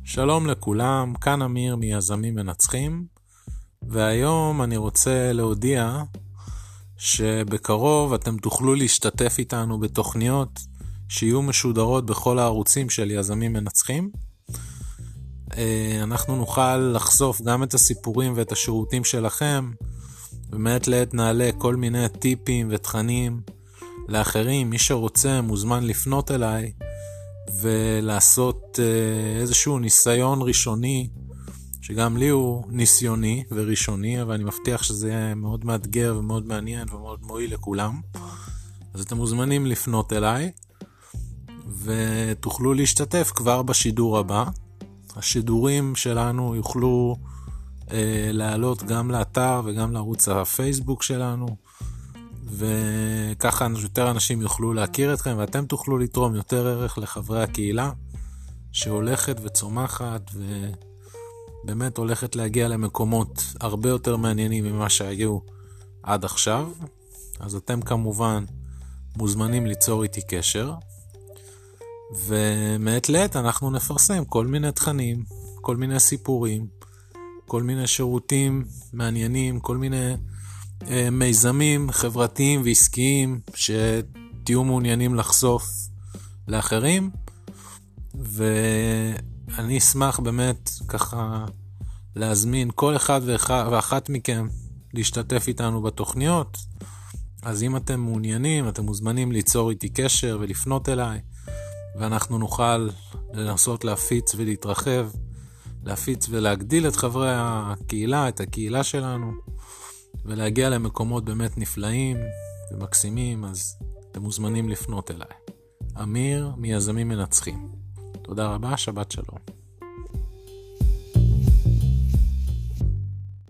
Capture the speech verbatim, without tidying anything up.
שלום לכולם, כאן אמיר מיזמים מנצחים, והיום אני רוצה להודיע שבקרוב אתם תוכלו להשתתף איתנו בתוכניות שיהיו משודרות בכל הערוצים של יזמים מנצחים. אנחנו נוכל לחשוף גם את הסיפורים ואת השירותים שלכם, ומעת לעת נעלה כל מיני טיפים ותכנים לאחרים. מי שרוצה מוזמן לפנות אליי ולעשות איזשהו ניסיון ראשוני, שגם לי הוא ניסיוני וראשוני, אבל אני מבטיח שזה יהיה מאוד מאתגר ומאוד מעניין ומאוד מועיל לכולם. אז אתם מוזמנים לפנות אליי ותוכלו להשתתף כבר בשידור הבא. השידורים שלנו יוכלו אה, לעלות גם לאתר וגם לערוץ הפייסבוק שלנו, וככה יותר אנשים יוכלו להכיר אתכם, ואתם תוכלו לתרום יותר ערך לחברי הקהילה שהולכת וצומחת ובאמת הולכת להגיע למקומות הרבה יותר מעניינים ממה שהיו עד עכשיו. אז אתם כמובן מוזמנים ליצור איתי קשר, ומעת לעת אנחנו נפרסם כל מיני תכנים, כל מיני סיפורים, כל מיני שירותים מעניינים, כל מיני אה, מיזמים חברתיים ועסקיים שתהיו מעוניינים לחשוף לאחרים. ואני אשמח באמת ככה להזמין כל אחד ואחת מכם להשתתף איתנו בתוכניות. אז אם אתם מעוניינים, אתם מוזמנים ליצור איתי קשר ולפנות אליי, ואנחנו נוכל לנסות להפיץ ולהתרחב, להפיץ ולהגדיל את חברי הקהילה, את הקהילה שלנו, ולהגיע למקומות באמת נפלאים ומקסימים. אז אתם מוזמנים לפנות אליי. אמיר מיזמים מנצחים. תודה רבה, שבת שלום.